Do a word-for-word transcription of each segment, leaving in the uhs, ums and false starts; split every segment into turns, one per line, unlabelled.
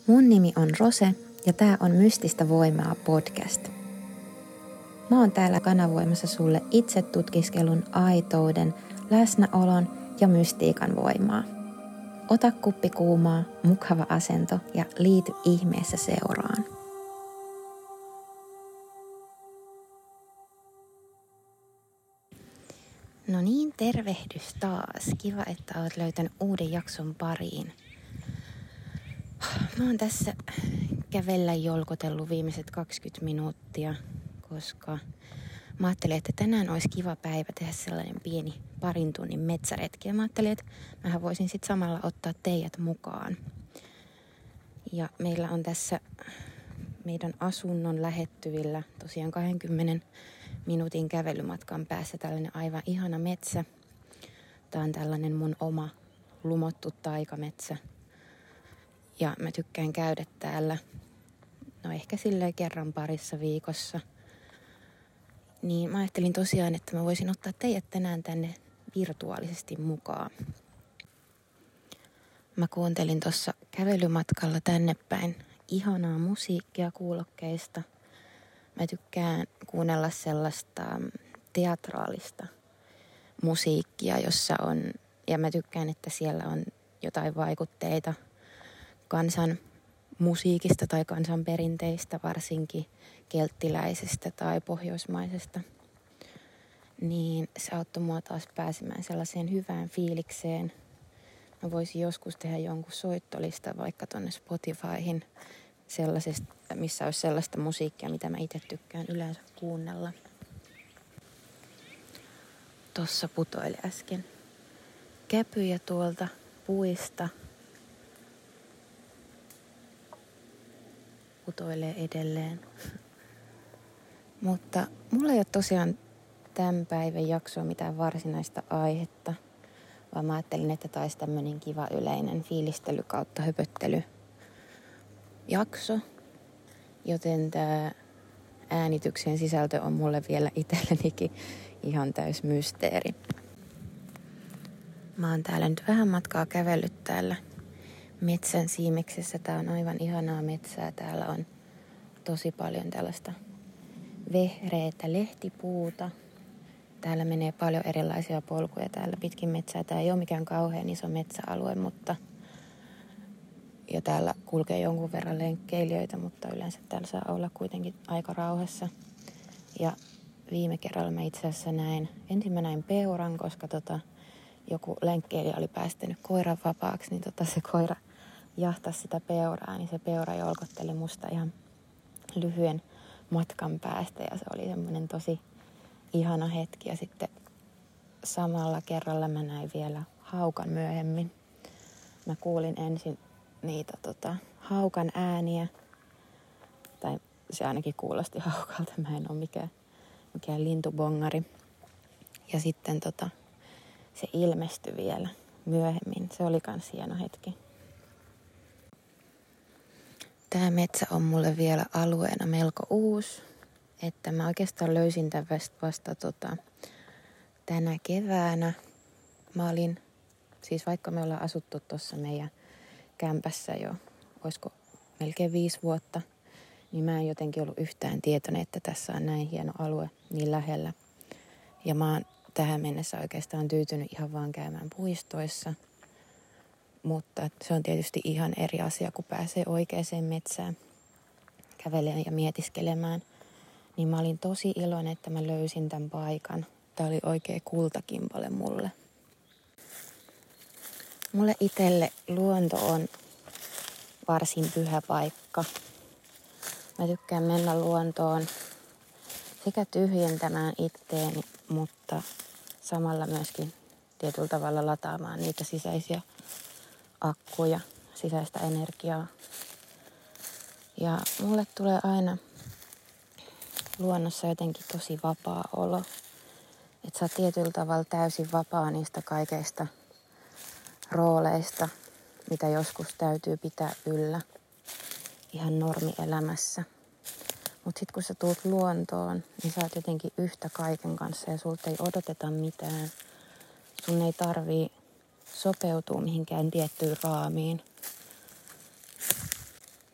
Mun nimi on Rose ja tää on Mystistä voimaa podcast. Mä oon täällä kanavoimassa sulle itse tutkiskelun aitouden, läsnäolon ja mystiikan voimaa. Ota kuppi kuumaa, mukava asento ja liity ihmeessä seuraan. No niin, tervehdys taas. Kiva, että oot löytänyt uuden jakson pariin. Mä oon tässä kävellä jolkotellut viimeiset kaksikymmentä minuuttia, koska mä ajattelin, että tänään olisi kiva päivä tehdä sellainen pieni parin tunnin metsäretki. Ja mä ajattelin, että mähän voisin sitten samalla ottaa teidät mukaan. Ja meillä on tässä meidän asunnon lähettyvillä tosiaan kaksikymmentä minuutin kävelymatkan päässä tällainen aivan ihana metsä. Tää on tällainen mun oma lumottu taikametsä. Ja mä tykkään käydä täällä, no ehkä silleen kerran parissa viikossa. Niin mä ajattelin tosiaan, että mä voisin ottaa teidät tänään tänne virtuaalisesti mukaan. Mä kuuntelin tuossa kävelymatkalla tänne päin ihanaa musiikkia kuulokkeista. Mä tykkään kuunnella sellaista teatraalista musiikkia, jossa on, ja mä tykkään, että siellä on jotain vaikutteita kansan musiikista tai kansan perinteistä, varsinkin kelttiläisestä tai pohjoismaisesta. Niin se auttoi mua taas pääsemään sellaiseen hyvään fiilikseen. Mä voisin joskus tehdä jonkun soittolista vaikka tonne Spotifyhin sellaisesta, missä olisi sellaista musiikkia, mitä mä itse tykkään yleensä kuunnella. Tossa putoili äsken käpyjä tuolta puista. Putoilee edelleen. Mutta mulla ei ole tosiaan tämän päivän jaksoa mitään varsinaista aihetta, vaan mä ajattelin, että taisi tämmönen kiva yleinen fiilistely kautta höpöttely jakso, joten tää äänityksen sisältö on mulle vielä itsellenikin ihan täys mysteeri. Mä oon täällä nyt vähän matkaa kävellyt täällä metsän siimeksessä. Tää on aivan ihanaa metsää. Täällä on tosi paljon tällaista vehreätä lehtipuuta. Täällä menee paljon erilaisia polkuja täällä pitkin metsää. Tää ei ole mikään kauhean iso metsäalue, mutta ja täällä kulkee jonkun verran lenkkeilijöitä, mutta yleensä täällä saa olla kuitenkin aika rauhassa. Ja viime kerralla mä itse asiassa näin, ensin mä näin peuran, koska tota, joku lenkkeilijä oli päästänyt koiran vapaaksi, niin tota se koira jahtasi sitä peuraa, niin se peura jolkotteli musta ihan lyhyen matkan päästä ja se oli semmoinen tosi ihana hetki. Ja sitten samalla kerralla mä näin vielä haukan myöhemmin. Mä kuulin ensin niitä tota, haukan ääniä, tai se ainakin kuulosti haukalta, mä en ole mikään, mikään lintubongari. Ja sitten tota, se ilmestyi vielä myöhemmin. Se oli kans hieno hetki. Tää metsä on mulle vielä alueena melko uusi. Että mä oikeastaan löysin tämän vasta, vasta tota, tänä keväänä. Mä olin, siis vaikka me ollaan asuttu tuossa meidän kämpässä jo, olisiko melkein viisi vuotta, niin mä en jotenkin ollut yhtään tietoinen, että tässä on näin hieno alue niin lähellä. Ja mä oon tähän mennessä oikeastaan tyytynyt ihan vaan käymään puistoissa. Mutta se on tietysti ihan eri asia, kun pääsee oikeaan metsään kävelemään ja mietiskelemään. Niin mä olin tosi iloinen, että mä löysin tämän paikan. Tää oli oikea kultakimpale mulle. Mulle itselle luonto on varsin pyhä paikka. Mä tykkään mennä luontoon sekä tyhjentämään itteeni, mutta samalla myöskin tietyllä tavalla lataamaan niitä sisäisiä akkuja, sisäistä energiaa. Ja mulle tulee aina luonnossa jotenkin tosi vapaa olo. Että sä oot tietyllä tavalla täysin vapaa niistä kaikista rooleista, mitä joskus täytyy pitää yllä ihan normielämässä. Mutta sitten kun sä tuut luontoon, niin sä oot jotenkin yhtä kaiken kanssa ja sulta ei odoteta mitään. Sun ei tarvii sopeutua mihinkään tiettyyn raamiin.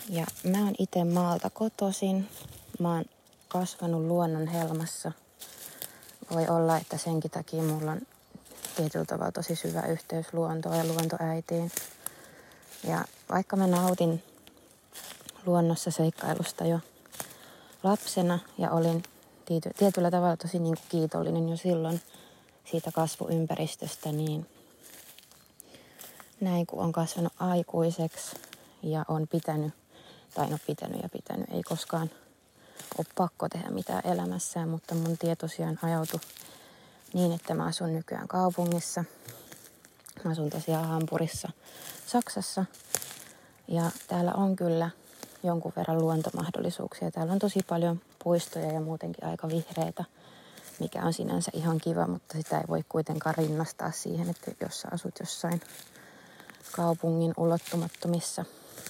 Ja mä oon ite maalta kotoisin. Mä oon kasvanut luonnon helmassa. Voi olla, että senkin takia mulla on tietyllä tavalla tosi syvä yhteys luontoon ja luontoäitiin. Ja vaikka mä nautin luonnossa seikkailusta jo lapsena ja olin tiety, tietyllä tavalla tosi niin kuin kiitollinen jo silloin siitä kasvuympäristöstä, niin näin kun on kasvanut aikuiseksi ja on pitänyt, tai no pitänyt ja pitänyt, ei koskaan ole pakko tehdä mitään elämässään, mutta mun tie tosiaan ajautui niin, että mä asun nykyään kaupungissa. Mä asun tosiaan Hampurissa, Saksassa. Ja täällä on kyllä jonkun verran luontomahdollisuuksia. Täällä on tosi paljon puistoja ja muutenkin aika vihreitä, mikä on sinänsä ihan kiva, mutta sitä ei voi kuitenkaan rinnastaa siihen, että jos sä asut jossain kaupungin ulottumattomissa,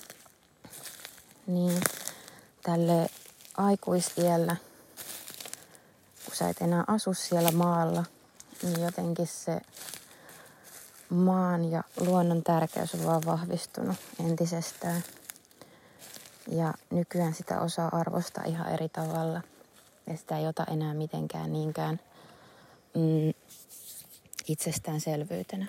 niin tälle aikuisiällä, kun sä et enää asu siellä maalla, niin jotenkin se maan ja luonnon tärkeys on vaan vahvistunut entisestään. Ja nykyään sitä osaa arvostaa ihan eri tavalla. Ja sitä ei ota enää mitenkään niinkään mm, itsestäänselvyytenä.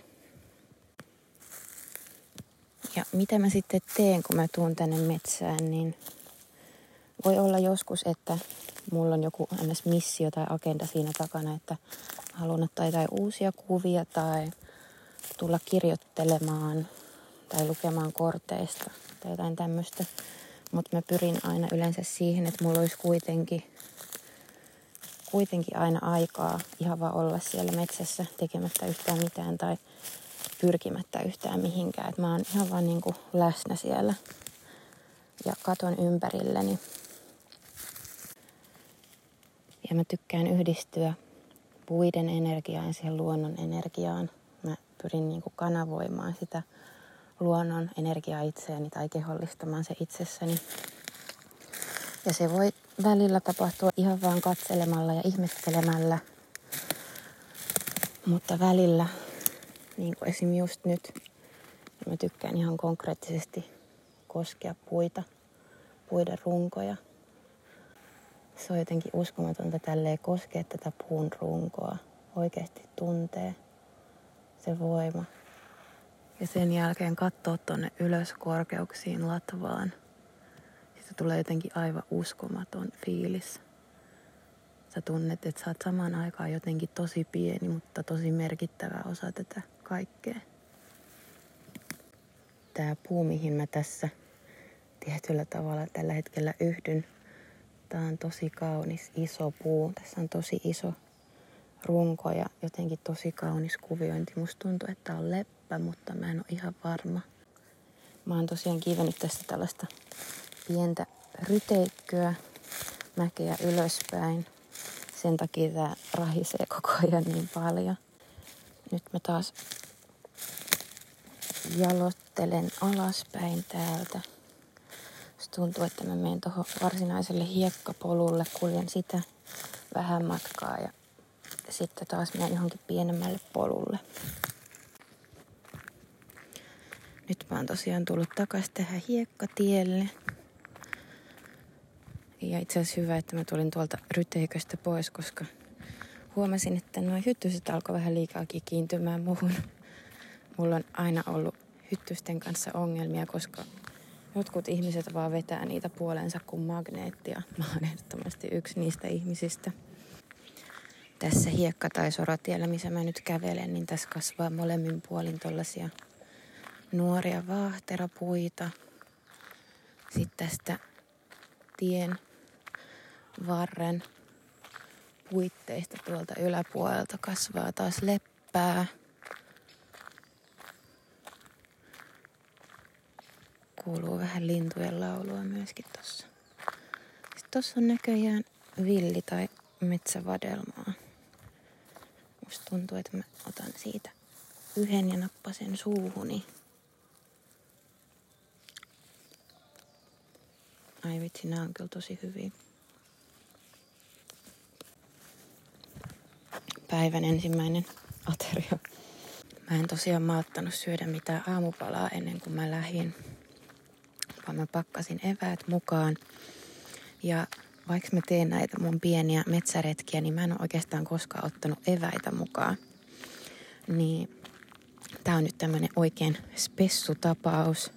Ja mitä mä sitten teen, kun mä tuun tänne metsään, niin voi olla joskus, että mulla on joku ns. Missio tai agenda siinä takana, että haluan ottaa jotain uusia kuvia tai tulla kirjoittelemaan tai lukemaan korteista tai jotain tämmöistä. Mutta mä pyrin aina yleensä siihen, että mulla olisi kuitenkin, kuitenkin aina aikaa ihan vaan olla siellä metsässä tekemättä yhtään mitään tai pyrkimättä yhtään mihinkään. Että mä oon ihan vaan niinku läsnä siellä ja katon ympärilleni. Ja mä tykkään yhdistyä puiden energiaan ja siihen luonnon energiaan. Mä pyrin niinku kanavoimaan sitä luonnon energiaa itseäni tai kehollistamaan se itsessäni. Ja se voi välillä tapahtua ihan vaan katselemalla ja ihmettelemällä. Mutta välillä, niin kuin esim. Just nyt, mä tykkään ihan konkreettisesti koskea puita, puiden runkoja. Se on jotenkin uskomatonta tälleen koskea tätä puun runkoa. Oikeasti tuntee se voima. Ja sen jälkeen katsoo tonne ylös korkeuksiin latvaan. Sitten tulee jotenkin aivan uskomaton fiilis. Sä tunnet, että sä oot samaan aikaan jotenkin tosi pieni, mutta tosi merkittävä osa tätä kaikkea. Tää puu, mihin mä tässä tietyllä tavalla tällä hetkellä yhdyn. Tää on tosi kaunis, iso puu. Tässä on tosi iso runko ja jotenkin tosi kaunis kuviointi. Musta tuntuu, että on leppä, mutta mä en ole ihan varma. Mä oon tosiaan kiivennyt tästä tällaista pientä ryteikköä mäkeä ylöspäin. Sen takia tää rahisee koko ajan niin paljon. Nyt mä taas jalottelen alaspäin täältä. Musta tuntuu, että mä menen tuohon varsinaiselle hiekkapolulle, kuljen sitä vähän matkaa ja sitten taas menen johonkin pienemmälle polulle. Nyt mä oon tosiaan tullut takaisin tähän hiekkatielle. Ja itse asiassa hyvä, että mä tulin tuolta ryteiköstä pois, koska huomasin, että nuo hyttyset alkoi vähän liikaakin kiintymään muuhun. Mulla on aina ollut hyttysten kanssa ongelmia, koska jotkut ihmiset vaan vetää niitä puoleensa kuin magneettia. Mä oon ehdottomasti yksi niistä ihmisistä. Tässä hiekka- tai soratiellä, missä mä nyt kävelen, niin tässä kasvaa molemmin puolin tollasia nuoria vaahterapuita. Sitten tästä tien varren puitteista tuolta yläpuolelta kasvaa taas leppää. Kuuluu vähän lintujen laulua myöskin tossa. Sitten tossa on näköjään villi tai metsävadelmaa. Musta tuntuu, että mä otan siitä yhden ja nappasen suuhuni. Ai vitsi, nää on kyllä tosi hyviä. Päivän ensimmäinen ateria. Mä en tosiaan malttanut syödä mitään aamupalaa ennen kuin mä lähdin. vaan mä pakkasin eväät mukaan. Ja vaikka mä teen näitä mun pieniä metsäretkiä, niin mä en ole oikeastaan koskaan ottanut eväitä mukaan. Niin tää on nyt tämmönen oikein spessutapaus.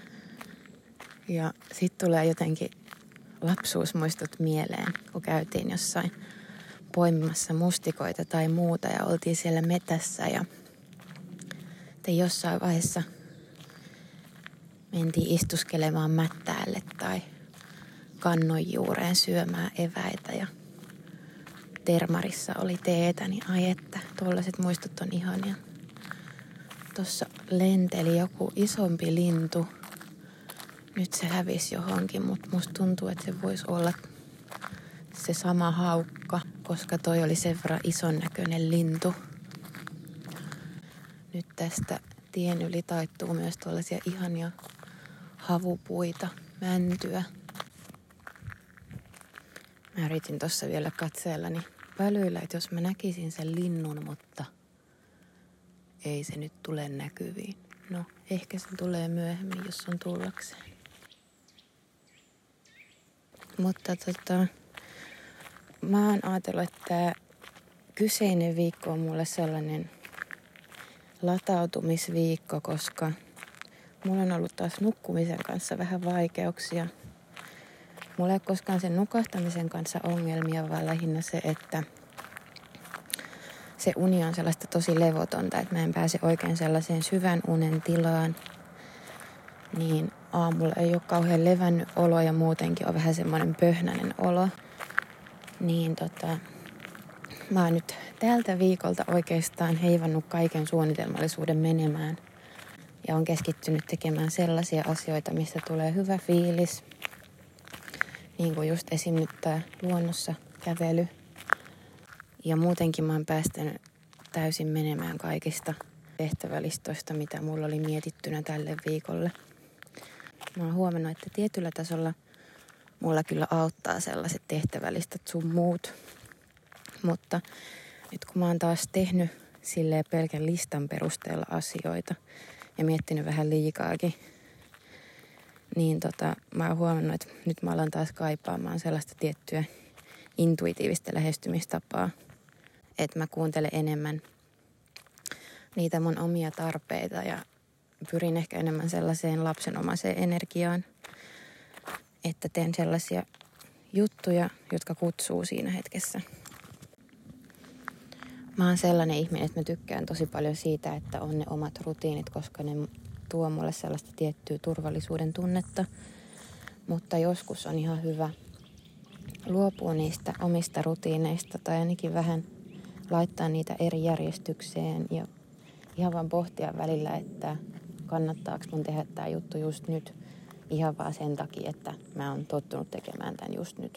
Ja sit tulee jotenkin lapsuusmuistot mieleen, kun käytiin jossain poimimassa mustikoita tai muuta ja oltiin siellä metässä ja te jossain vaiheessa mentiin istuskelemaan mättäälle tai kannon juureen syömään eväitä ja termarissa oli teetä, niin ai että, tuollaiset muistot on ihania. Tuossa lenteli joku isompi lintu. Nyt se hävisi johonkin, mutta musta tuntuu, että se voisi olla se sama haukka, koska toi oli sen verran ison näköinen lintu. Nyt tästä tien yli taittuu myös tuollaisia ihania havupuita, mäntyä. Mä yritin tuossa vielä katseellani välyillä, että jos mä näkisin sen linnun, mutta ei se nyt tule näkyviin. No, ehkä se tulee myöhemmin, jos on tullakseen. Mutta tota, mä oon ajatellut, että tää kyseinen viikko on mulle sellainen latautumisviikko, koska mulla on ollut taas nukkumisen kanssa vähän vaikeuksia. Mulla ei ole koskaan sen nukahtamisen kanssa ongelmia, vaan lähinnä se, että se uni on sellaista tosi levotonta, että mä en pääse oikein sellaiseen syvän unen tilaan. Niin aamulla ei ole kauhean levännyt olo ja muutenkin on vähän semmoinen pöhnäinen olo. Niin tota, mä oon nyt tältä viikolta oikeastaan heivannut kaiken suunnitelmallisuuden menemään. Ja on keskittynyt tekemään sellaisia asioita, mistä tulee hyvä fiilis. Niin kuin just esim. Nyt tää luonnossa kävely. Ja muutenkin mä oon päästänyt täysin menemään kaikista tehtävälistoista, mitä mulla oli mietittynä tälle viikolle. Mä oon huomannut, että tietyllä tasolla mulla kyllä auttaa sellaiset tehtävälistat sun muut. Mutta nyt kun mä oon taas tehnyt silleen pelkän listan perusteella asioita ja miettinyt vähän liikaakin, niin tota, mä oon huomannut, että nyt mä alan taas kaipaamaan sellaista tiettyä intuitiivista lähestymistapaa, että mä kuuntelen enemmän niitä mun omia tarpeita ja pyrin ehkä enemmän sellaiseen lapsenomaiseen energiaan, että teen sellaisia juttuja, jotka kutsuu siinä hetkessä. Mä oon sellainen ihminen, että mä tykkään tosi paljon siitä, että on ne omat rutiinit, koska ne tuo mulle sellaista tiettyä turvallisuuden tunnetta. Mutta joskus on ihan hyvä luopua niistä omista rutiineista tai ainakin vähän laittaa niitä eri järjestykseen ja ihan vaan pohtia välillä, että kannattaako mun tehdä tää juttu just nyt ihan vaan sen takia, että mä oon tottunut tekemään tän just nyt.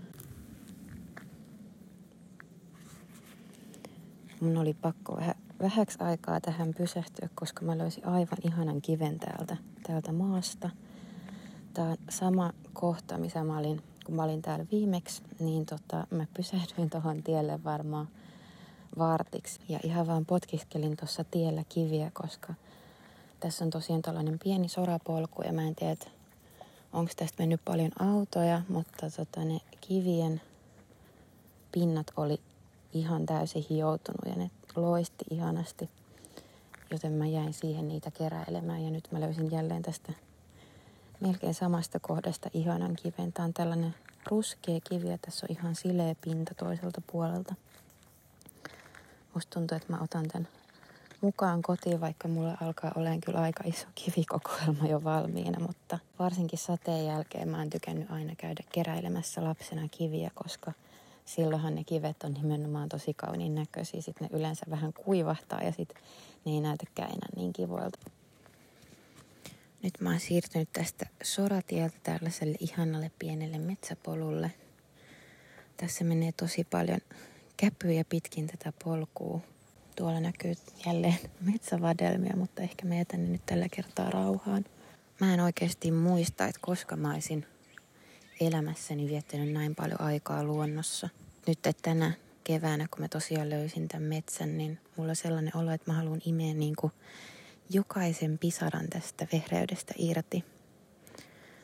Mun oli pakko vähän, vähäksi aikaa tähän pysähtyä, koska mä löysin aivan ihanan kiven täältä, täältä maasta. Tää on sama kohta, missä mä olin, kun mä olin täällä viimeksi, niin tota, mä pysähdyin tohon tielle varmaan vartiksi. Ja ihan vaan potkiskelin tuossa tiellä kiviä, koska tässä on tosiaan tällainen pieni sorapolku ja mä en tiedä, onko tästä mennyt paljon autoja, mutta tota, ne kivien pinnat oli ihan täysin hioutunut ja ne loisti ihanasti, joten mä jäin siihen niitä keräilemään ja nyt mä löysin jälleen tästä melkein samasta kohdasta ihanan kiven. Tää on tällainen ruskea kivi ja tässä on ihan sileä pinta toiselta puolelta. Musta tuntuu, että mä otan tän mukaan kotiin, vaikka mulla alkaa olemaan kyllä aika iso kivikokoelma jo valmiina, mutta varsinkin sateen jälkeen mä oon tykännyt aina käydä keräilemässä lapsena kiviä, koska silloinhan ne kivet on nimenomaan tosi kauniin näköisiä. Sitten ne yleensä vähän kuivahtaa ja sitten ne ei näytäkään enää niin kivoilta. Nyt mä oon siirtynyt tästä soratieltä tällaiselle ihanalle pienelle metsäpolulle. Tässä menee tosi paljon käpyjä pitkin tätä polkua. Tuolla näkyy jälleen metsävadelmia, mutta ehkä mä jätän ne nyt tällä kertaa rauhaan. Mä en oikeasti muista, että koska mä olisin elämässäni viettänyt näin paljon aikaa luonnossa. Nyt että tänä keväänä, kun mä tosiaan löysin tämän metsän, niin mulla on sellainen olo, että mä haluan imeä niin kuin jokaisen pisaran tästä vehreydestä irti.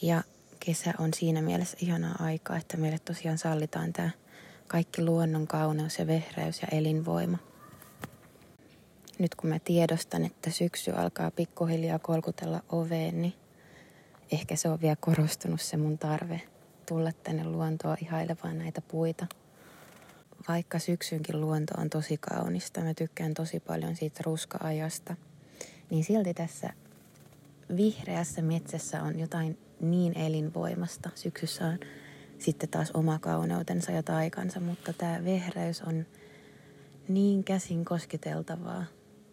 Ja kesä on siinä mielessä ihanaa aikaa, että meille tosiaan sallitaan tämä kaikki luonnon kauneus ja vehreys ja elinvoima. Nyt kun mä tiedostan, että syksy alkaa pikkuhiljaa kolkutella oveen, niin ehkä se on vielä korostunut se mun tarve tulla tänne luontoa ihailemaan näitä puita. Vaikka syksynkin luonto on tosi kaunista, mä tykkään tosi paljon siitä ruska-ajasta, niin silti tässä vihreässä metsässä on jotain niin elinvoimasta. Syksyssä on sitten taas oma kauneutensa ja taikansa, mutta tämä vehreys on niin käsin kosketeltavaa.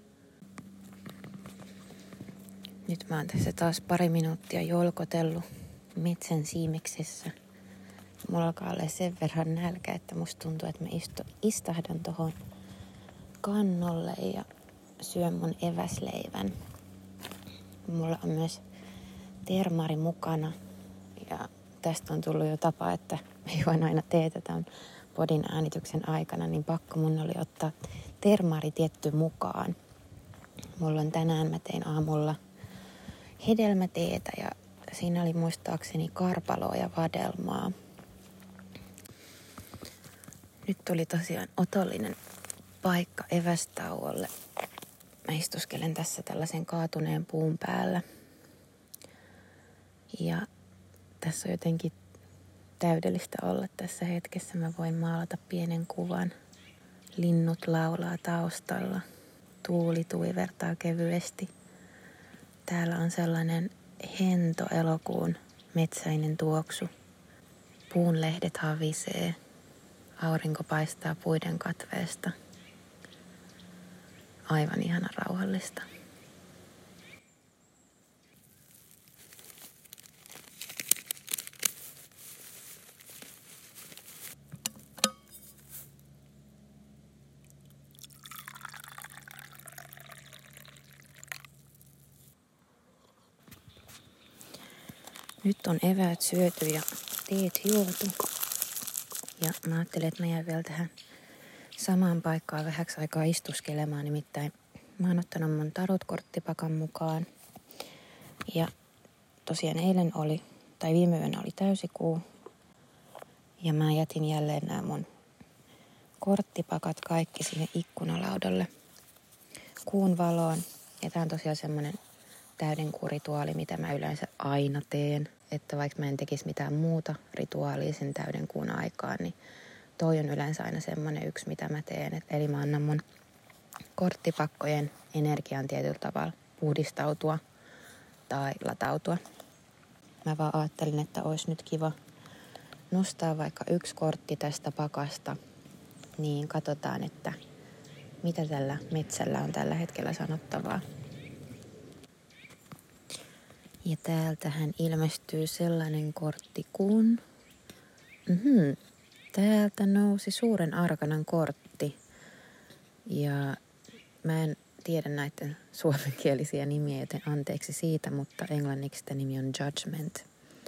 Nyt mä oon tässä taas pari minuuttia jolkotellut metsän siimeksessä. Mulla alkaa olla sen verran nälkä, että musta tuntuu, että mä istu, istahdan tohon kannolle ja syön mun eväsleivän. Mulla on myös termari mukana ja tästä on tullut jo tapa, että mä juon aina teetä tämän podin äänityksen aikana, niin pakko mun oli ottaa termari tietty mukaan. Mulla on tänään, mä tein aamulla hedelmäteetä ja siinä oli muistaakseni karpaloa ja vadelmaa. Nyt tuli tosiaan otollinen paikka evästauolle. Mä istuskelen tässä tällaisen kaatuneen puun päällä. Ja tässä on jotenkin täydellistä olla tässä hetkessä. Mä voin maalata pienen kuvan. Linnut laulaa taustalla. Tuuli tuivertaa kevyesti. Täällä on sellainen hento elokuun metsäinen tuoksu. Puun lehdet havisee. Aurinko paistaa puiden katveesta. Aivan ihana rauhallista. Nyt on eväät syöty ja teet juotu. Ja mä ajattelin, että mä jään vielä tähän samaan paikkaan vähäksi aikaa istuskelemaan. Nimittäin mä oon ottanut mun tarotkorttipakan mukaan. Ja tosiaan eilen oli, tai viime yönä oli täysikuu. Ja mä jätin jälleen nämä mun korttipakat kaikki sinne ikkunalaudalle kuun valoon. Ja tää on tosiaan semmonen täydenkuurituaali, mitä mä yleensä aina teen. Että vaikka mä en tekisi mitään muuta rituaalia sen täydenkuun aikaan, niin toi on yleensä aina semmoinen yksi, mitä mä teen. Eli mä annan mun korttipakkojen energian tietyllä tavalla puhdistautua tai latautua. Mä vaan ajattelin, että olisi nyt kiva nostaa vaikka yksi kortti tästä pakasta, niin katsotaan, että mitä tällä metsällä on tällä hetkellä sanottavaa. Ja täältähän ilmestyy sellainen kortti kuin... Mm-hmm. Täältä nousi suuren arkanan kortti. Ja mä en tiedä näiden suomenkielisiä nimiä, joten anteeksi siitä, mutta englanniksi tämä nimi on Judgment.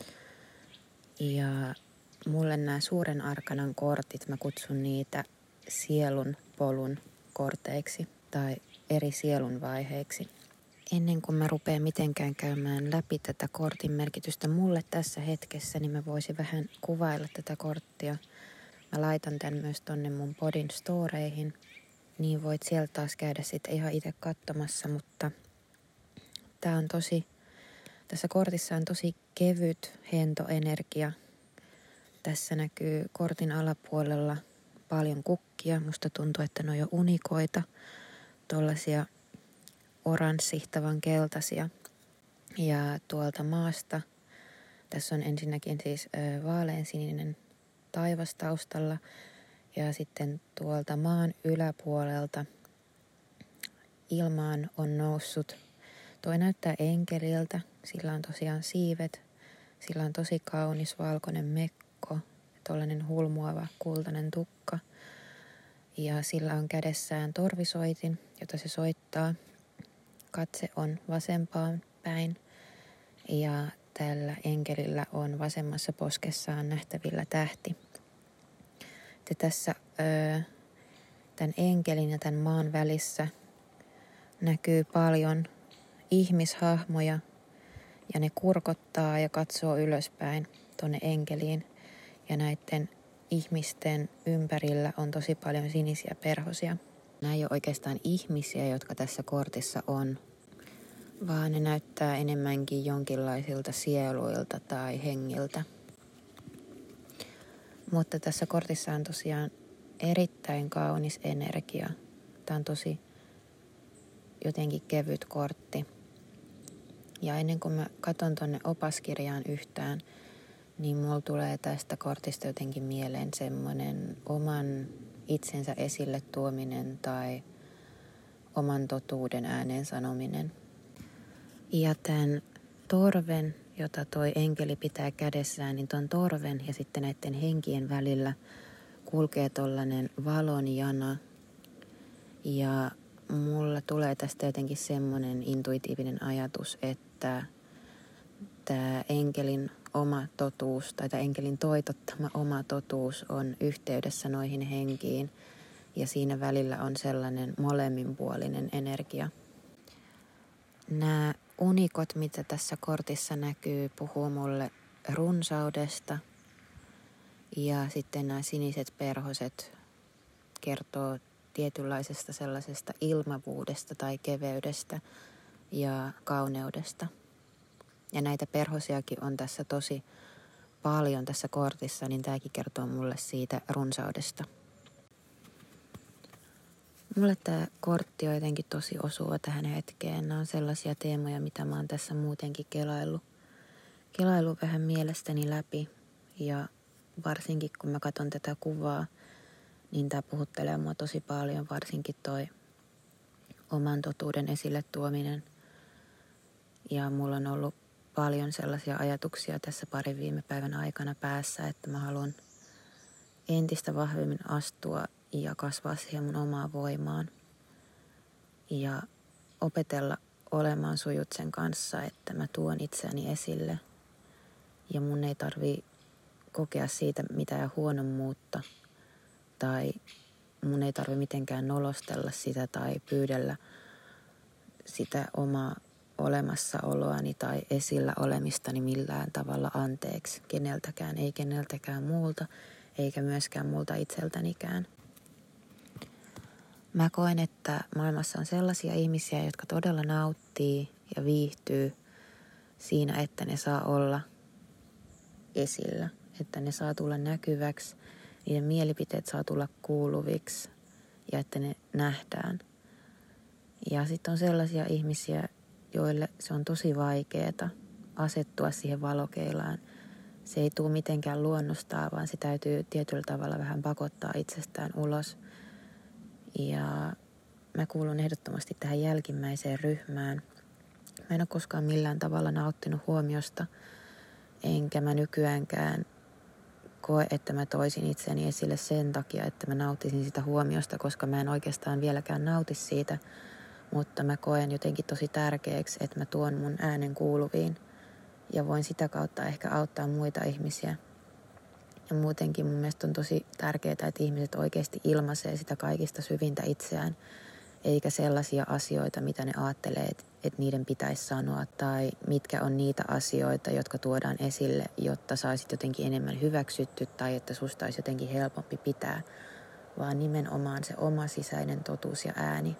Ja mulle nämä suuren arkanan kortit, mä kutsun niitä sielun polun korteiksi tai eri sielun vaiheiksi. Ennen kuin mä rupean mitenkään käymään läpi tätä kortin merkitystä mulle tässä hetkessä, niin mä voisin vähän kuvailla tätä korttia. Mä laitan tän myös tonne mun podin storeihin, niin voit sieltä taas käydä sitten ihan itse katsomassa, mutta tää on tosi, tässä kortissa on tosi kevyt hentoenergia. Tässä näkyy kortin alapuolella paljon kukkia. Musta tuntuu, että ne on jo unikoita, tollasia oranssihtavan keltaisia. Ja tuolta maasta, tässä on ensinnäkin siis ö, vaaleansininen taivas taustalla. Ja sitten tuolta maan yläpuolelta ilmaan on noussut. Toi näyttää enkeliltä, sillä on tosiaan siivet, sillä on tosi kaunis valkoinen mekko, tollainen hulmuava kultainen tukka. Ja sillä on kädessään torvisoitin, jota se soittaa. Katse on vasempaan päin ja tällä enkelillä on vasemmassa poskessaan nähtävillä tähti. Ja tässä öö, tämän enkelin ja tämän maan välissä näkyy paljon ihmishahmoja Ja ne kurkottaa ja katsoo ylöspäin tonne enkeliin. Ja näiden ihmisten ympärillä on tosi paljon sinisiä perhosia. Nämä ei ole oikeastaan ihmisiä, jotka tässä kortissa on, vaan ne näyttää enemmänkin jonkinlaisilta sieluilta tai hengiltä. Mutta tässä kortissa on tosiaan erittäin kaunis energia. Tämä on tosi jotenkin kevyt kortti. Ja ennen kuin mä katson tonne opaskirjaan yhtään, niin mulla tulee tästä kortista jotenkin mieleen semmoinen oman itsensä esille tuominen tai oman totuuden ääneen sanominen. Ja tämän torven, jota toi enkeli pitää kädessään, niin ton torven ja sitten näiden henkien välillä kulkee tollainen valonjana. Ja mulla tulee tästä jotenkin semmoinen intuitiivinen ajatus, että tämä enkelin oma totuus tai tämä enkelin toitottama oma totuus on yhteydessä noihin henkiin ja siinä välillä on sellainen molemminpuolinen energia. Nämä unikot, mitä tässä kortissa näkyy, puhuu mulle runsaudesta ja sitten nämä siniset perhoset kertoo tietynlaisesta sellaisesta ilmavuudesta tai keveydestä ja kauneudesta. Ja näitä perhosiakin on tässä tosi paljon tässä kortissa, niin tämäkin kertoo mulle siitä runsaudesta. Mulle tämä kortti on jotenkin tosi osuva tähän hetkeen. Nämä on sellaisia teemoja, mitä mä oon tässä muutenkin kelaillut. Kelaillut vähän mielestäni läpi ja varsinkin kun mä katson tätä kuvaa, niin tämä puhuttelee mua tosi paljon, varsinkin toi oman totuuden esille tuominen. Ja mulla on ollut paljon sellaisia ajatuksia tässä parin viime päivän aikana päässä, että mä haluan entistä vahvemmin astua ja kasvaa siihen mun omaan voimaan. Ja opetella olemaan sujut sen kanssa, että mä tuon itseäni esille. Ja mun ei tarvii kokea siitä mitään huonommuutta. Tai mun ei tarvitse mitenkään nolostella sitä tai pyydellä sitä omaa olemassaoloani tai esillä olemistani millään tavalla anteeksi keneltäkään, ei keneltäkään muulta, eikä myöskään multa itseltänikään. Mä koen, että maailmassa on sellaisia ihmisiä, jotka todella nauttii ja viihtyy siinä, että ne saa olla esillä, että ne saa tulla näkyväksi, niiden mielipiteet saa tulla kuuluviksi ja että ne nähdään. Ja sitten on sellaisia ihmisiä, joille se on tosi vaikeaa asettua siihen valokeilaan. Se ei tule mitenkään luonnostaan, vaan se täytyy tietyllä tavalla vähän pakottaa itsestään ulos. Ja mä kuulun ehdottomasti tähän jälkimmäiseen ryhmään. Mä en ole koskaan millään tavalla nauttinut huomiosta, enkä mä nykyäänkään koe, että mä toisin itseni esille sen takia, että mä nauttisin sitä huomiosta, koska mä en oikeastaan vieläkään nauti siitä, mutta mä koen jotenkin tosi tärkeäksi, että mä tuon mun äänen kuuluviin ja voin sitä kautta ehkä auttaa muita ihmisiä. Ja muutenkin mun mielestä on tosi tärkeää, että ihmiset oikeasti ilmaisee sitä kaikista syvintä itseään, eikä sellaisia asioita, mitä ne ajattelee, että niiden pitäisi sanoa, tai mitkä on niitä asioita, jotka tuodaan esille, jotta saisit jotenkin enemmän hyväksytty, tai että susta olisi jotenkin helpompi pitää, vaan nimenomaan se oma sisäinen totuus ja ääni.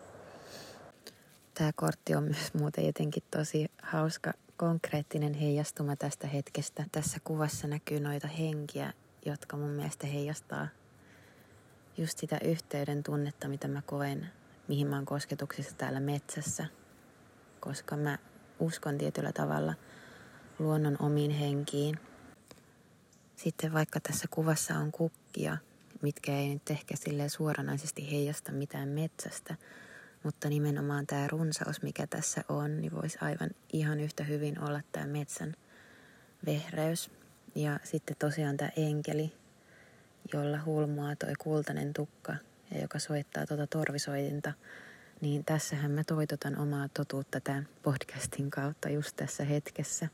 Tämä kortti on myös muuten jotenkin tosi hauska, konkreettinen heijastuma tästä hetkestä. Tässä kuvassa näkyy noita henkiä, jotka mun mielestä heijastaa just sitä yhteyden tunnetta, mitä mä koen, mihin mä oon kosketuksissa täällä metsässä. Koska mä uskon tietyllä tavalla luonnon omiin henkiin. Sitten vaikka tässä kuvassa on kukkia, mitkä ei nyt ehkä silleen suoranaisesti heijasta mitään metsästä, mutta nimenomaan tämä runsaus, mikä tässä on, niin voisi aivan ihan yhtä hyvin olla tämä metsän vehreys. Ja sitten tosiaan tämä enkeli, jolla hulmuaa toi kultainen tukka ja joka soittaa tuota torvisoitinta, niin tässähän mä toitotan omaa totuutta tämän podcastin kautta just tässä hetkessä.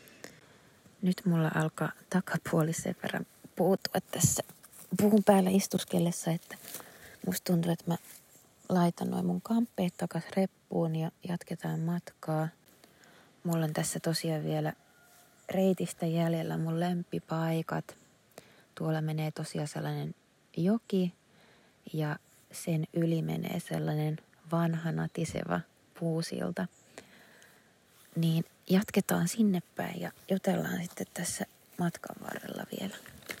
Nyt mulla alkaa takapuoli sen verran puutua tässä puun päällä istuskellessa, että musta tuntuu, että mä laitan noin mun kamppeet takas reppuun ja jatketaan matkaa. mulla on tässä tosiaan vielä reitistä jäljellä mun lempipaikat. Tuolla menee tosiaan sellainen joki ja sen yli menee sellainen vanha natiseva puusilta. Niin jatketaan sinne päin ja jutellaan sitten tässä matkan varrella vielä.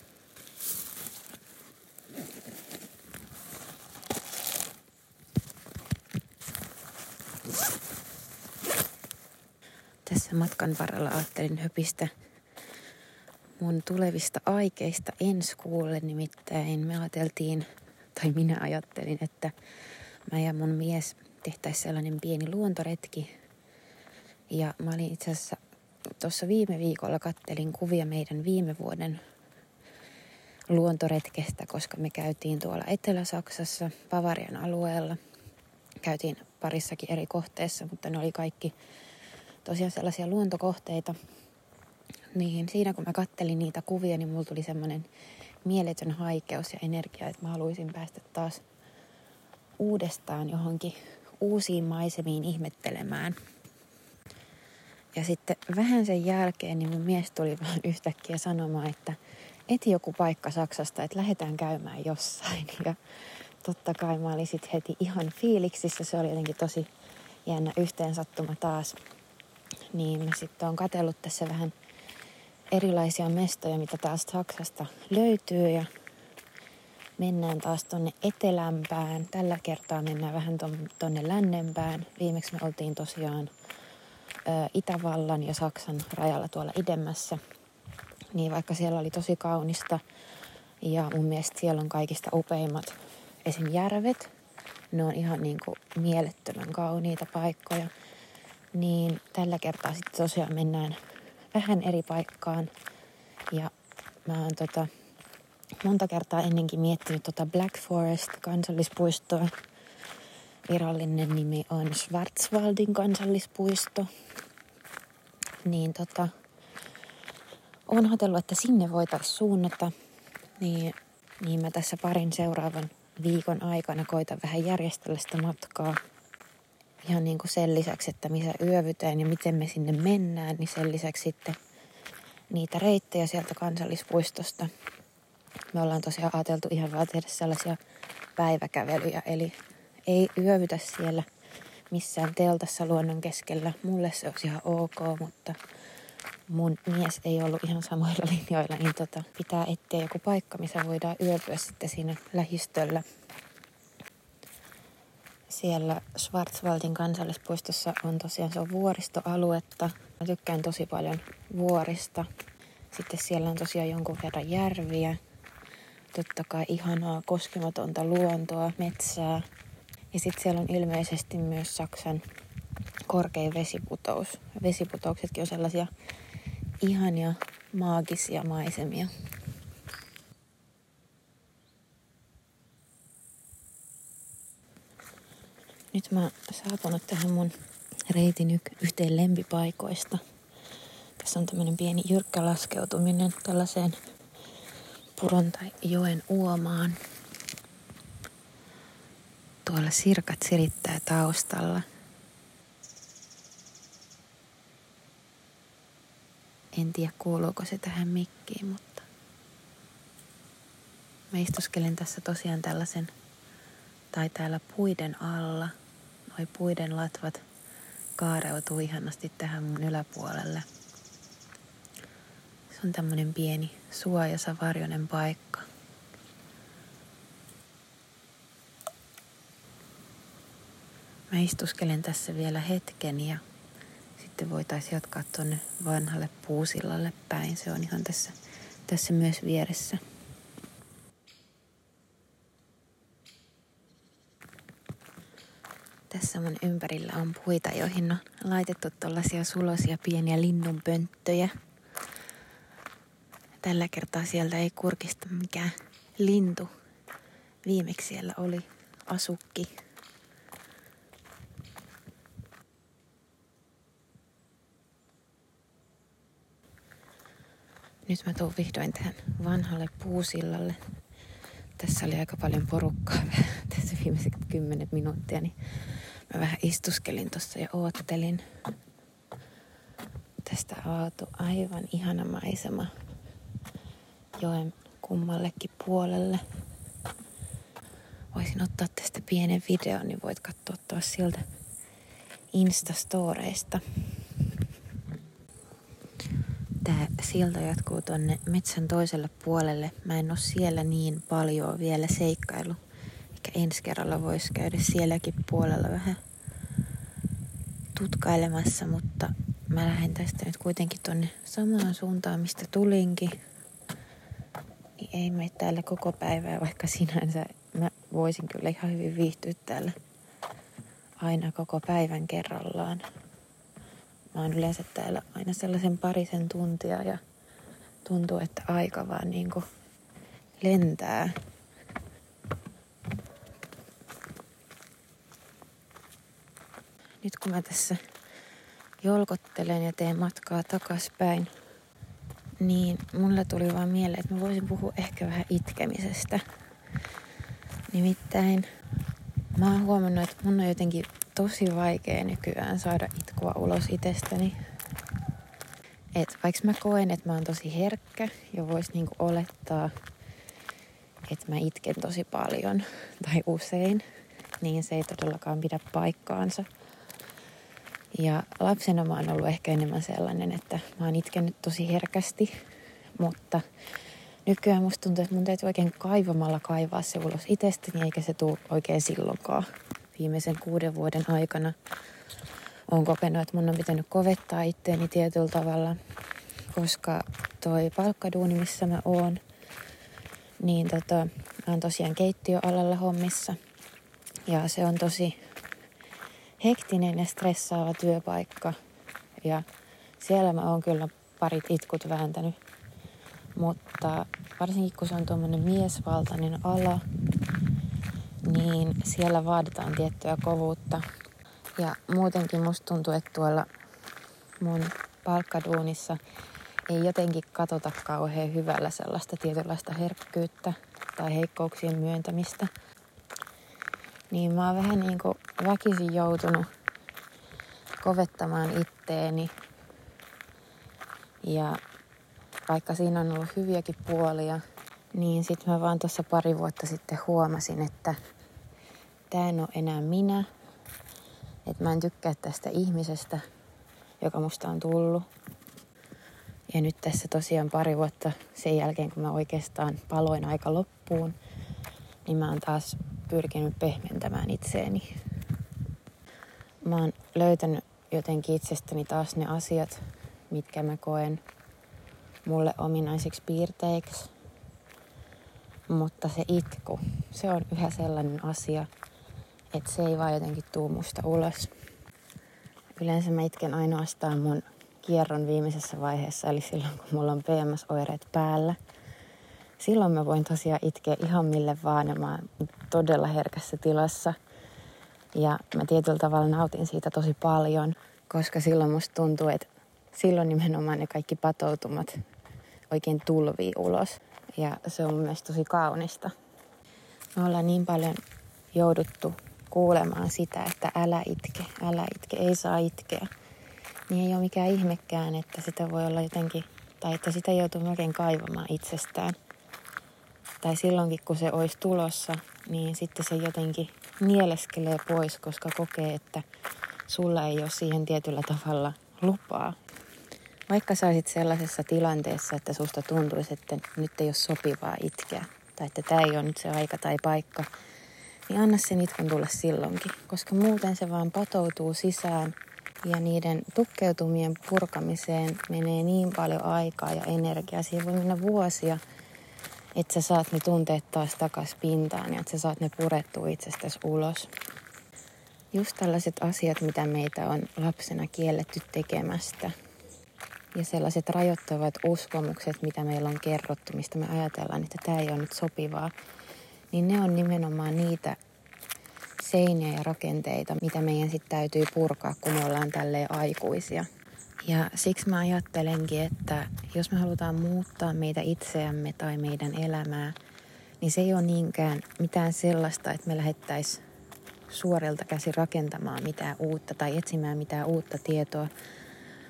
Tässä matkan varrella ajattelin höpistä mun tulevista aikeista ensi kuulle, nimittäin me ajateltiin, tai minä ajattelin, että mä ja mun mies tehtäisiin sellainen pieni luontoretki. Ja mä olin itse asiassa tuossa viime viikolla kattelin kuvia meidän viime vuoden luontoretkestä, koska me käytiin tuolla Etelä-Saksassa, Bavarian alueella. Käytiin parissakin eri kohteessa, mutta ne oli kaikki tosiaan sellaisia luontokohteita. Niin siinä kun mä kattelin niitä kuvia, niin mulla tuli semmoinen mieletön haikeus ja energia, että mä haluaisin päästä taas uudestaan johonkin uusiin maisemiin ihmettelemään. Ja sitten vähän sen jälkeen niin mun mies tuli vaan yhtäkkiä sanomaan, että eti joku paikka Saksasta, että lähdetään käymään jossain. Ja totta kai mä olin sitten heti ihan fiiliksissä, se oli jotenkin tosi jännä yhteensattuma taas. Niin mä sitten oon katsellut tässä vähän erilaisia mestoja, mitä taas Saksasta löytyy ja mennään taas tonne etelämpään. Tällä kertaa mennään vähän tonne lännempään. Viimeksi me oltiin tosiaan ä, Itävallan ja Saksan rajalla tuolla idemmässä. Niin vaikka siellä oli tosi kaunista ja mun mielestä siellä on kaikista upeimmat esim. Järvet. Ne on ihan niinku mielettömän kauniita paikkoja. Niin tällä kertaa sitten tosiaan mennään vähän eri paikkaan. Ja mä oon tota, monta kertaa ennenkin miettinyt tota Black Forest kansallispuistoa. Virallinen nimi on Schwarzwaldin kansallispuisto. Niin tota, oon ajatellut, että sinne voitaisiin suunnata. Niin, niin mä tässä parin seuraavan viikon aikana koitan vähän järjestellä sitä matkaa. Ihan niin kuin sen lisäksi, että missä yövytään ja miten me sinne mennään, niin sen lisäksi sitten niitä reittejä sieltä kansallispuistosta. Me ollaan tosiaan ajateltu ihan vaan tehdä sellaisia päiväkävelyjä, eli ei yövytä siellä missään teltassa luonnon keskellä. Mulle se olisi ihan ok, mutta mun mies ei ollut ihan samoilla linjoilla, niin tota, pitää etsiä joku paikka, missä voidaan yöpyä sitten siinä lähistöllä. Siellä Schwarzwaldin kansallispuistossa on tosiaan se on vuoristoaluetta. Mä tykkään tosi paljon vuorista. Sitten siellä on tosiaan jonkun verran järviä. Totta kai ihanaa koskematonta luontoa, metsää. Ja sitten siellä on ilmeisesti myös Saksan korkein vesiputous. Vesiputouksetkin on sellaisia ihania maagisia maisemia. Nyt mä oon saapunut tähän mun reitin yhteen lempipaikoista. Tässä on tämmönen pieni jyrkkä laskeutuminen tällaiseen puron tai joen uomaan. Tuolla sirkat sirittää taustalla. En tiedä kuuluuko se tähän mikkiin, mutta mä istuskelen tässä tosiaan tällaisen tai täällä puiden alla. Noi puiden latvat kaareutuu ihanasti tähän mun yläpuolelle. Se on tämmönen pieni suojasa varjoinen paikka. Mä istuskelen tässä vielä hetken ja sitten voitaisiin jatkaa tonne vanhalle puusillalle päin. Se on ihan tässä, tässä myös vieressä. Tässä mun ympärillä on puita, joihin on laitettu tällaisia sulosia pieniä linnunpönttöjä. Tällä kertaa sieltä ei kurkista mikään lintu. Viimeksi siellä oli asukki. Nyt mä tuun vihdoin tähän vanhalle puusillalle. Tässä oli aika paljon porukkaa tässä viimeiset kymmenet minuuttia, niin mä vähän istuskelin tossa ja oottelin. tästä avautu aivan ihana maisema joen kummallekin puolelle. Voisin ottaa tästä pienen videon, niin voit katsoa taas sieltä Instastoreista. Tää silta jatkuu tonne metsän toiselle puolelle. Mä en oo siellä niin paljon vielä seikkailu. Ehkä ensi kerralla vois käydä sielläkin puolella vähän tutkailemassa, mutta mä lähden tästä nyt kuitenkin tonne samaan suuntaan, mistä tulinkin. Niin ei mene täällä koko päivää, vaikka sinänsä mä voisin kyllä ihan hyvin viihtyä täällä aina koko päivän kerrallaan. Mä oon yleensä täällä aina sellaisen parisen tuntia ja tuntuu, että aika vaan niinku lentää. Nyt kun mä tässä jolkottelen ja teen matkaa takaspäin, niin mulle tuli vaan mieleen, että mä voisin puhua ehkä vähän itkemisestä. Nimittäin mä oon huomannut, että mun on jotenkin tosi vaikea nykyään saada itkua ulos itsestäni. Et vaikka mä koen, että mä oon tosi herkkä ja vois niinku olettaa, että mä itken tosi paljon tai usein, niin se ei todellakaan pidä paikkaansa. Ja lapsena mä oon ollut ehkä enemmän sellainen, että mä oon itkenyt tosi herkästi, mutta nykyään musta tuntuu, että mun täytyy oikein kaivamalla kaivaa se ulos itsestäni, eikä se tule oikein silloinkaan. Viimeisen kuuden vuoden aikana oon kokenut, että mun on pitänyt kovettaa itteeni tietyllä tavalla, koska toi palkkaduuni, missä mä oon, niin tota, mä oon tosiaan keittiöalalla hommissa. Ja se on tosi hektinen ja stressaava työpaikka. Ja siellä mä oon kyllä parit itkut vääntänyt. Mutta varsinkin kun se on tuommoinen miesvaltainen ala, niin siellä vaaditaan tiettyä kovuutta. Ja muutenkin musta tuntuu, että tuolla mun palkkaduunissa ei jotenkin katsota kauhean hyvällä sellaista tietynlaista herkkyyttä tai heikkouksien myöntämistä. Niin mä oon vähän niin kuin väkisin joutunut kovettamaan itteeni. Ja vaikka siinä on ollut hyviäkin puolia, niin sit mä vaan tuossa pari vuotta sitten huomasin, että tää en ole enää minä. Että mä en tykkää tästä ihmisestä, joka musta on tullut. Ja nyt tässä tosiaan pari vuotta sen jälkeen, kun mä oikeastaan paloin aika loppuun, niin mä oon taas pyrkinyt pehmentämään itseäni. Mä oon löytänyt jotenkin itsestäni taas ne asiat, mitkä mä koen mulle ominaisiksi piirteiksi. Mutta se itku, se on yhä sellainen asia, että se ei vaan jotenkin tuu musta ulos. Yleensä mä itken ainoastaan mun kierron viimeisessä vaiheessa, eli silloin kun mulla on P M S-oireet päällä. Silloin mä voin tosiaan itkeä ihan mille vaan ja mä oon todella herkässä tilassa. Ja mä tietyllä tavalla nautin siitä tosi paljon, koska silloin musta tuntuu, että silloin nimenomaan ne kaikki patoutumat oikein tulvii ulos. Ja se on mun mielestä tosi kaunista. Me ollaan niin paljon jouduttu kuulemaan sitä, että älä itke, älä itke, ei saa itkeä. Niin ei ole mikään ihmekään, että sitä voi olla jotenkin, tai että sitä joutuu melkein kaivamaan itsestään. Tai silloinkin, kun se olisi tulossa, niin sitten se jotenkin nieleskelee pois, koska kokee, että sulla ei ole siihen tietyllä tavalla lupaa. Vaikka sä olisit sellaisessa tilanteessa, että susta tuntuisi, että nyt ei ole sopivaa itkeä, tai että tämä ei ole nyt se aika tai paikka, niin anna sen itkun tulla silloinkin, koska muuten se vaan patoutuu sisään ja niiden tukkeutumien purkamiseen menee niin paljon aikaa ja energiaa. Siihen voi mennä vuosia, että sä saat ne tunteet taas takas pintaan ja että sä saat ne purettua itsestäsi ulos. Just tällaiset asiat, mitä meitä on lapsena kielletty tekemästä. Ja sellaiset rajoittavat uskomukset, mitä meillä on kerrottu, mistä me ajatellaan, että tämä ei ole nyt sopivaa. Niin ne on nimenomaan niitä seiniä ja rakenteita, mitä meidän sitten täytyy purkaa, kun me ollaan tälleen aikuisia. Ja siksi mä ajattelenkin, että jos me halutaan muuttaa meitä itseämme tai meidän elämää, niin se ei ole niinkään mitään sellaista, että me lähdettäisiin suorilta käsin rakentamaan mitään uutta tai etsimään mitään uutta tietoa,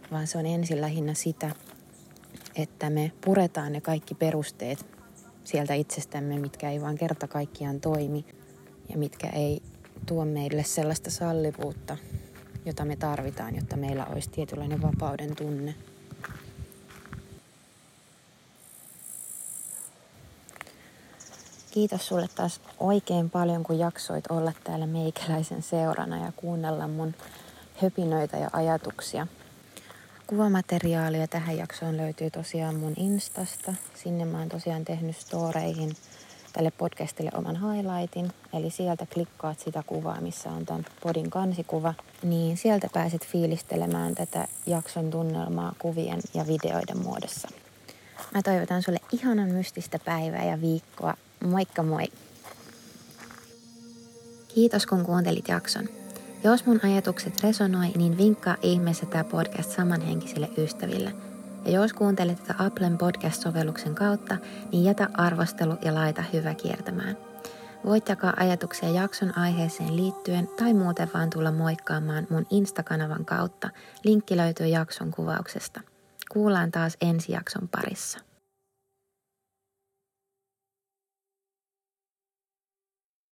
vaan se on ensin lähinnä sitä, että me puretaan ne kaikki perusteet sieltä itsestämme, mitkä ei vaan kerta kaikkiaan toimi ja mitkä ei tuo meille sellaista sallivuutta, jota me tarvitaan, jotta meillä olisi tietynlainen vapauden tunne. Kiitos sulle taas oikein paljon, kun jaksoit olla täällä meikäläisen seurana ja kuunnella mun höpinöitä ja ajatuksia. Kuvamateriaalia tähän jaksoon löytyy tosiaan mun Instasta. Sinne mä oon tosiaan tehnyt storeihin tälle podcastille oman highlightin. Eli sieltä klikkaat sitä kuvaa, missä on tämän podin kansikuva. Niin sieltä pääset fiilistelemään tätä jakson tunnelmaa kuvien ja videoiden muodossa. Mä toivotan sulle ihanan mystistä päivää ja viikkoa. Moikka moi! Kiitos kun kuuntelit jakson. Jos mun ajatukset resonoi, niin vinkkaa ihmeessä tää podcast samanhenkisille ystäville. Ja jos kuuntelet tätä Applen podcast-sovelluksen kautta, niin jätä arvostelu ja laita hyvä kiertämään. Voit jakaa ajatuksia jakson aiheeseen liittyen tai muuten vaan tulla moikkaamaan mun Insta-kanavan kautta. Linkki löytyy jakson kuvauksesta. Kuullaan taas ensi jakson parissa.